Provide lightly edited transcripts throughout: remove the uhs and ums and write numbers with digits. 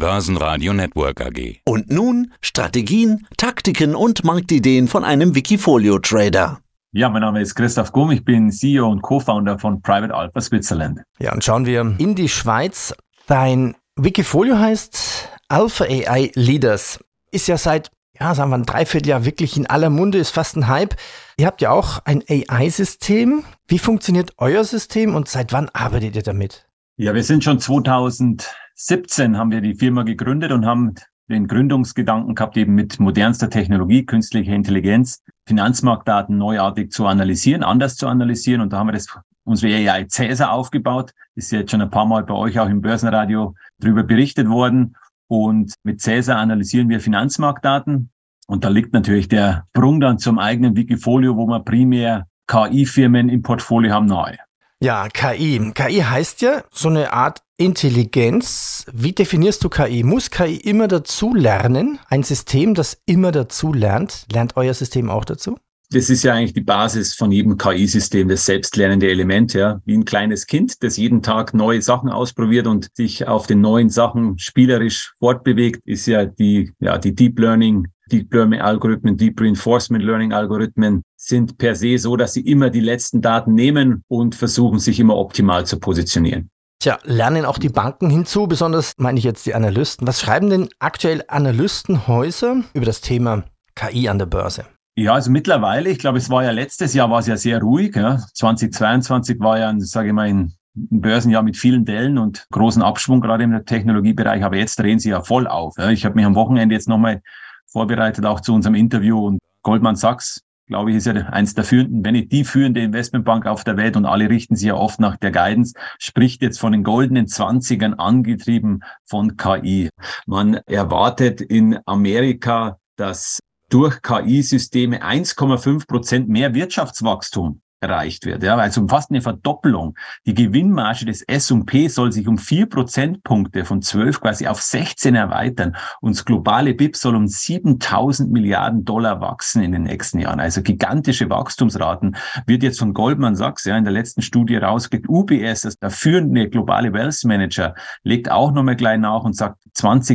Börsenradio Network AG. Und nun Strategien, Taktiken und Marktideen von einem Wikifolio-Trader. Ja, mein Name ist Christoph Gumm, ich bin CEO und Co-Founder von Private Alpha Switzerland. Ja, und schauen wir in die Schweiz. Dein Wikifolio heißt Alpha AI Leaders. Ist ja seit, sagen wir ein Dreivierteljahr wirklich in aller Munde, ist fast ein Hype. Ihr habt ja auch ein AI-System. Wie funktioniert euer System und seit wann arbeitet ihr damit? Ja, wir sind schon 2017 haben wir die Firma gegründet und haben den Gründungsgedanken gehabt, eben mit modernster Technologie, künstlicher Intelligenz, Finanzmarktdaten neuartig zu analysieren, anders zu analysieren. Und da haben wir unsere AI Caesar aufgebaut. Ist jetzt schon ein paar Mal bei euch auch im Börsenradio darüber berichtet worden. Und mit Caesar analysieren wir Finanzmarktdaten. Und da liegt natürlich der Sprung dann zum eigenen Wikifolio, wo wir primär KI-Firmen im Portfolio haben, nahe. Ja, KI. KI heißt ja so eine Art Intelligenz. Wie definierst du KI? Muss KI immer dazu lernen? Ein System, das immer dazu lernt. Lernt euer System auch dazu? Das ist ja eigentlich die Basis von jedem KI-System, das selbstlernende Element, ja. Wie ein kleines Kind, das jeden Tag neue Sachen ausprobiert und sich auf den neuen Sachen spielerisch fortbewegt, ist ja die Deep Learning Algorithmen, Deep Reinforcement Learning Algorithmen sind per se so, dass sie immer die letzten Daten nehmen und versuchen, sich immer optimal zu positionieren. Tja, lernen auch die Banken hinzu, besonders meine ich jetzt die Analysten. Was schreiben denn aktuell Analystenhäuser über das Thema KI an der Börse? Ja, also mittlerweile, ich glaube, letztes Jahr war es ja sehr ruhig. Ja. 2022 war ja, ein Börsenjahr mit vielen Dellen und großen Abschwung, gerade im Technologiebereich. Aber jetzt drehen sie ja voll auf. Ja. Ich habe mich am Wochenende jetzt nochmal vorbereitet, auch zu unserem Interview. Und Goldman Sachs, glaube ich, ist ja eins der führenden, wenn nicht die führende Investmentbank auf der Welt. Und alle richten sich ja oft nach der Guidance, spricht jetzt von den goldenen 20ern, angetrieben von KI. Man erwartet in Amerika, dass durch KI-Systeme 1,5% mehr Wirtschaftswachstum erreicht wird. Ja, also fast eine Verdoppelung. Die Gewinnmarge des S&P soll sich um 4 Prozentpunkte von 12 quasi auf 16 erweitern. Und das globale BIP soll um 7.000 Milliarden Dollar wachsen in den nächsten Jahren. Also gigantische Wachstumsraten. Wird jetzt von Goldman Sachs in der letzten Studie rausgelegt. UBS, das der führende globale Wealth Manager, legt auch nochmal gleich nach und sagt,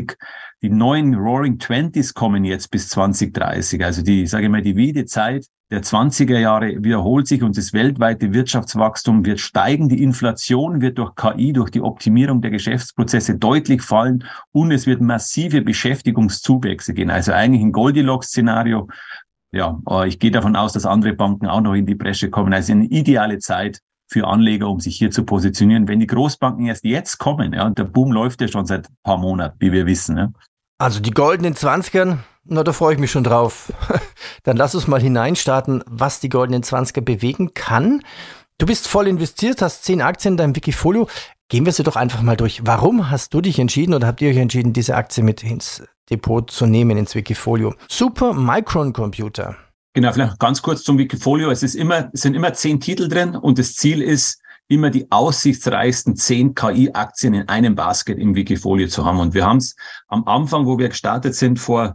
die neuen Roaring Twenties kommen jetzt bis 2030. Also die wilde Zeit der 20er Jahre wiederholt sich und das weltweite Wirtschaftswachstum wird steigen. Die Inflation wird durch KI, durch die Optimierung der Geschäftsprozesse deutlich fallen und es wird massive Beschäftigungszuwächse gehen. Also eigentlich ein Goldilocks-Szenario. Ja, ich gehe davon aus, dass andere Banken auch noch in die Bresche kommen. Also eine ideale Zeit für Anleger, um sich hier zu positionieren. Wenn die Großbanken erst jetzt kommen, ja, und der Boom läuft ja schon seit ein paar Monaten, wie wir wissen. Ja. Also die goldenen 20ern, da freue ich mich schon drauf. Dann lass uns mal hineinstarten, was die goldenen 20er bewegen kann. Du bist voll investiert, hast 10 Aktien in deinem Wikifolio. Gehen wir sie doch einfach mal durch. Warum hast du dich entschieden oder habt ihr euch entschieden, diese Aktie mit ins Depot zu nehmen, ins Wikifolio? Supermicron Computer. Genau, vielleicht ganz kurz zum Wikifolio. Es sind immer 10 Titel drin und das Ziel ist, immer die aussichtsreichsten 10 KI-Aktien in einem Basket im Wikifolio zu haben. Und wir haben es am Anfang, wo wir gestartet sind, vor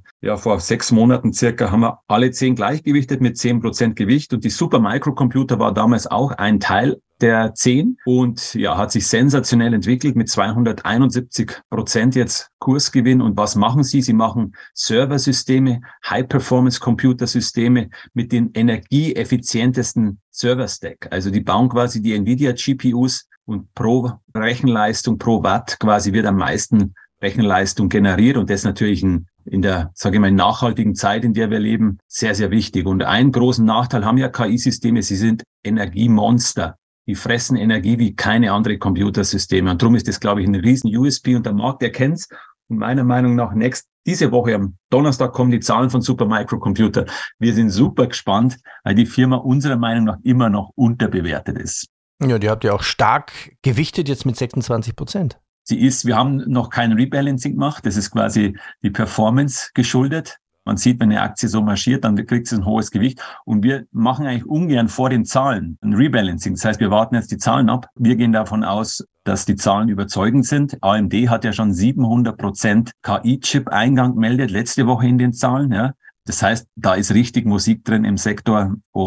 6 Monaten circa, haben wir alle 10 gleichgewichtet mit 10% Gewicht. Und die Supermicro-Computer war damals auch ein Teil der 10 und hat sich sensationell entwickelt mit 271% jetzt Kursgewinn. Und was machen sie? Sie machen Serversysteme, High-Performance-Computersysteme mit den energieeffizientesten Server-Stack. Also die bauen quasi die NVIDIA-GPUs und pro Rechenleistung, pro Watt quasi wird am meisten Rechenleistung generiert. Und das natürlich in der, nachhaltigen Zeit, in der wir leben, sehr, sehr wichtig. Und einen großen Nachteil haben ja KI-Systeme, sie sind Energiemonster. Die fressen Energie wie keine andere Computersysteme. Und darum ist das, glaube ich, ein riesen USP und der Markt erkennt's. Und meiner Meinung nach diese Woche am Donnerstag kommen die Zahlen von Supermicro Computer. Wir sind super gespannt, weil die Firma unserer Meinung nach immer noch unterbewertet ist. Ja, die habt ihr auch stark gewichtet jetzt mit 26%. Wir haben noch kein Rebalancing gemacht. Das ist quasi die Performance geschuldet. Man sieht, wenn eine Aktie so marschiert, dann kriegt sie ein hohes Gewicht. Und wir machen eigentlich ungern vor den Zahlen ein Rebalancing. Das heißt, wir warten jetzt die Zahlen ab. Wir gehen davon aus, dass die Zahlen überzeugend sind. AMD hat ja schon 700% KI-Chip-Eingang gemeldet, letzte Woche in den Zahlen. Ja. Das heißt, da ist richtig Musik drin im Sektor. Und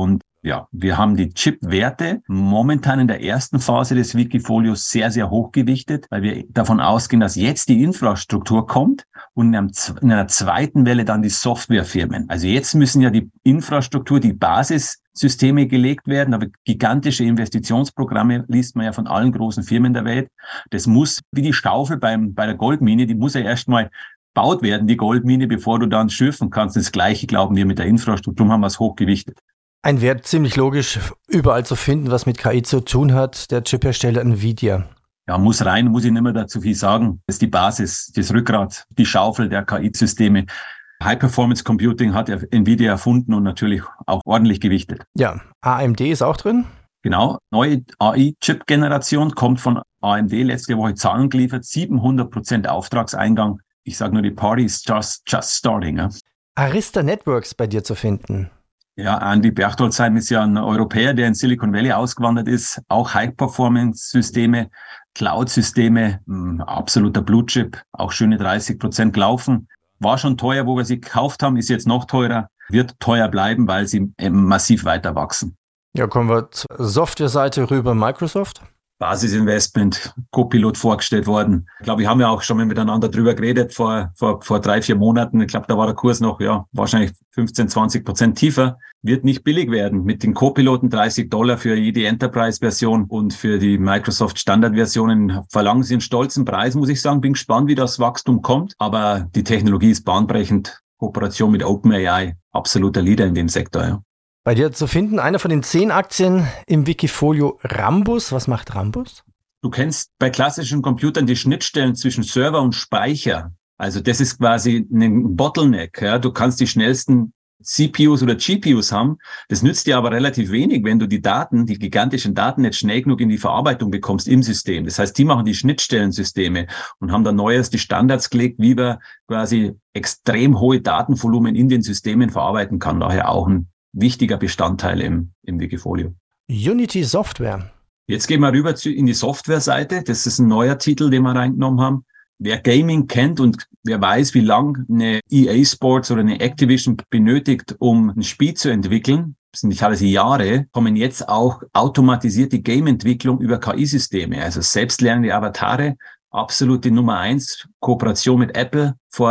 Ja, wir haben die Chip-Werte momentan in der ersten Phase des Wikifolios sehr, sehr hochgewichtet, weil wir davon ausgehen, dass jetzt die Infrastruktur kommt und in einer zweiten Welle dann die Softwarefirmen. Also jetzt müssen ja die Infrastruktur, die Basissysteme gelegt werden, aber gigantische Investitionsprogramme liest man ja von allen großen Firmen der Welt. Das muss, wie die Schaufel bei der Goldmine, die muss ja erstmal gebaut werden, die Goldmine, bevor du dann schürfen kannst. Das Gleiche glauben wir mit der Infrastruktur, haben wir es hochgewichtet. Ein Wert ziemlich logisch überall zu finden, was mit KI zu tun hat, der Chiphersteller Nvidia. Ja, muss rein, muss ich nicht mehr dazu viel sagen. Das ist die Basis, das Rückgrat, die Schaufel der KI-Systeme. High-Performance Computing hat Nvidia erfunden und natürlich auch ordentlich gewichtet. Ja, AMD ist auch drin. Genau, neue AI-Chip-Generation kommt von AMD, letzte Woche Zahlen geliefert, 700% Auftragseingang. Ich sage nur, die Party is just starting. Ja. Arista Networks bei dir zu finden. Ja, Andy Berchtoldsheim ist ja ein Europäer, der in Silicon Valley ausgewandert ist. Auch High-Performance-Systeme, Cloud-Systeme, absoluter Blue-Chip, auch schöne 30% gelaufen. War schon teuer, wo wir sie gekauft haben, ist jetzt noch teurer, wird teuer bleiben, weil sie massiv weiter wachsen. Ja, kommen wir zur Softwareseite rüber, Microsoft. Basisinvestment, Copilot vorgestellt worden. Ich glaube, wir haben ja auch schon mal miteinander drüber geredet vor 3-4 Monaten. Ich glaube, da war der Kurs noch, wahrscheinlich 15-20% tiefer. Wird nicht billig werden. Mit den Copiloten $30 für jede Enterprise-Version und für die Microsoft Standard-Versionen verlangen sie einen stolzen Preis, muss ich sagen. Bin gespannt, wie das Wachstum kommt. Aber die Technologie ist bahnbrechend. Kooperation mit OpenAI, absoluter Leader in dem Sektor, ja. Bei dir zu finden, einer von den 10 Aktien im Wikifolio, Rambus. Was macht Rambus? Du kennst bei klassischen Computern die Schnittstellen zwischen Server und Speicher. Also das ist quasi ein Bottleneck. Ja. Du kannst die schnellsten CPUs oder GPUs haben. Das nützt dir aber relativ wenig, wenn du die gigantischen Daten nicht schnell genug in die Verarbeitung bekommst im System. Das heißt, die machen die Schnittstellensysteme und haben dann die Standards gelegt, wie man quasi extrem hohe Datenvolumen in den Systemen verarbeiten kann. Daher auch ein wichtiger Bestandteil im Wikifolio. Unity Software. Jetzt gehen wir rüber in die Software-Seite. Das ist ein neuer Titel, den wir reingenommen haben. Wer Gaming kennt und wer weiß, wie lang eine EA Sports oder eine Activision benötigt, um ein Spiel zu entwickeln, das sind nicht alles Jahre, kommen jetzt auch automatisierte Game-Entwicklung über KI-Systeme, also selbstlernende Avatare, absolute Nummer 1, Kooperation mit Apple,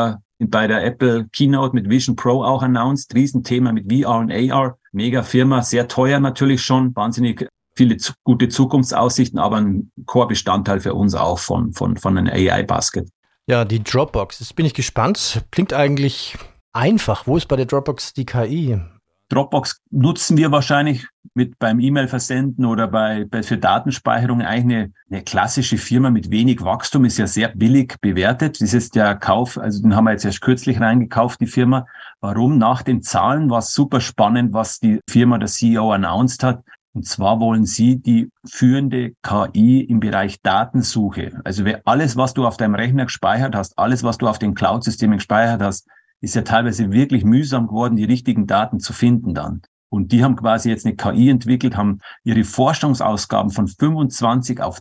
bei der Apple Keynote mit Vision Pro auch announced, Riesenthema mit VR und AR, mega Firma, sehr teuer natürlich schon, wahnsinnig viele gute Zukunftsaussichten, aber ein Core-Bestandteil für uns auch von einem AI-Basket. Ja, die Dropbox, jetzt bin ich gespannt, klingt eigentlich einfach. Wo ist bei der Dropbox die KI? Dropbox nutzen wir wahrscheinlich beim E-Mail-Versenden oder für Datenspeicherung eigentlich eine klassische Firma mit wenig Wachstum, ist ja sehr billig bewertet. Das ist der Kauf, also den haben wir jetzt erst kürzlich reingekauft, die Firma. Warum? Nach den Zahlen war es super spannend, was die Firma, der CEO announced hat. Und zwar wollen sie die führende KI im Bereich Datensuche. Also alles, was du auf deinem Rechner gespeichert hast, alles, was du auf den Cloud-Systemen gespeichert hast, ist ja teilweise wirklich mühsam geworden, die richtigen Daten zu finden dann. Und die haben quasi jetzt eine KI entwickelt, haben ihre Forschungsausgaben von 25 auf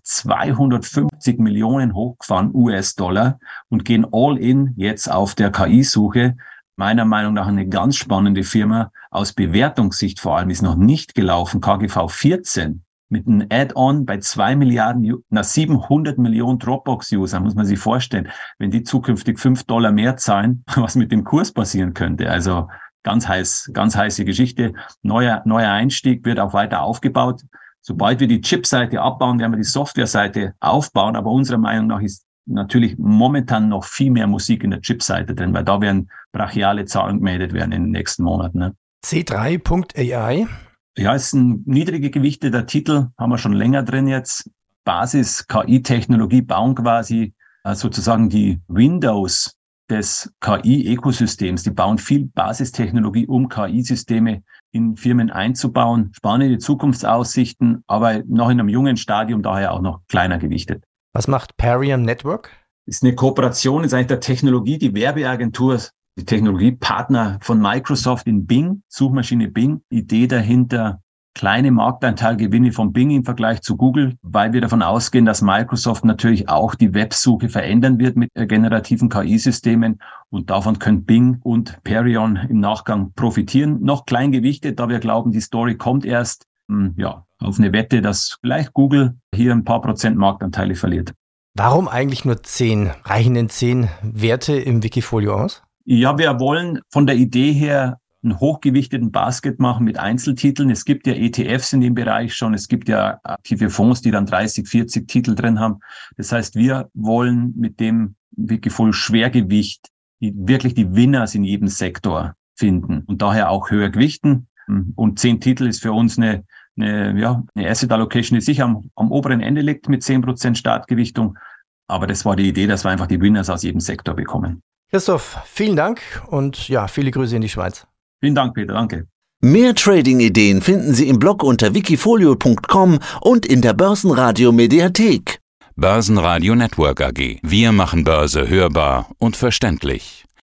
250 Millionen hochgefahren, US-Dollar, und gehen all in jetzt auf der KI-Suche. Meiner Meinung nach eine ganz spannende Firma. Aus Bewertungssicht vor allem ist noch nicht gelaufen. KGV 14 mit einem Add-on bei 700 Millionen Dropbox-User, muss man sich vorstellen. Wenn die zukünftig $5 mehr zahlen, was mit dem Kurs passieren könnte. Also ganz heiße Geschichte. Neuer Einstieg, wird auch weiter aufgebaut. Sobald wir die Chip-Seite abbauen, werden wir die Software-Seite aufbauen. Aber unserer Meinung nach ist natürlich momentan noch viel mehr Musik in der Chip-Seite drin, weil da werden brachiale Zahlen gemeldet werden in den nächsten Monaten. Ne? C3.ai. Ja, ist ein niedrige gewichteter Titel, haben wir schon länger drin jetzt. Basis KI-Technologie bauen quasi sozusagen die Windows des KI-Ökosystems. Die bauen viel Basistechnologie, um KI-Systeme in Firmen einzubauen. Spannende Zukunftsaussichten, aber noch in einem jungen Stadium, daher auch noch kleiner gewichtet. Was macht Parium Network? Ist eine Kooperation, ist eigentlich der Technologie, die Werbeagentur, die Technologiepartner von Microsoft in Bing, Suchmaschine Bing. Idee dahinter, kleine Marktanteilgewinne von Bing im Vergleich zu Google, weil wir davon ausgehen, dass Microsoft natürlich auch die Websuche verändern wird mit generativen KI-Systemen und davon können Bing und Perion im Nachgang profitieren. Noch klein gewichtet, da wir glauben, die Story kommt erst auf eine Wette, dass vielleicht Google hier ein paar Prozent Marktanteile verliert. Warum eigentlich nur 10? Reichen denn 10 Werte im Wikifolio aus? Ja, wir wollen von der Idee her einen hochgewichteten Basket machen mit Einzeltiteln. Es gibt ja ETFs in dem Bereich schon. Es gibt ja aktive Fonds, die dann 30, 40 Titel drin haben. Das heißt, wir wollen mit dem Wikifolio Schwergewicht wirklich die Winners in jedem Sektor finden und daher auch höher gewichten. Und 10 Titel ist für uns eine Asset Allocation, die sicher am oberen Ende liegt mit 10% Startgewichtung. Aber das war die Idee, dass wir einfach die Winners aus jedem Sektor bekommen. Christoph, vielen Dank und ja, viele Grüße in die Schweiz. Vielen Dank, Peter. Danke. Mehr Trading-Ideen finden Sie im Blog unter wikifolio.com und in der Börsenradio Mediathek. Börsenradio Network AG. Wir machen Börse hörbar und verständlich.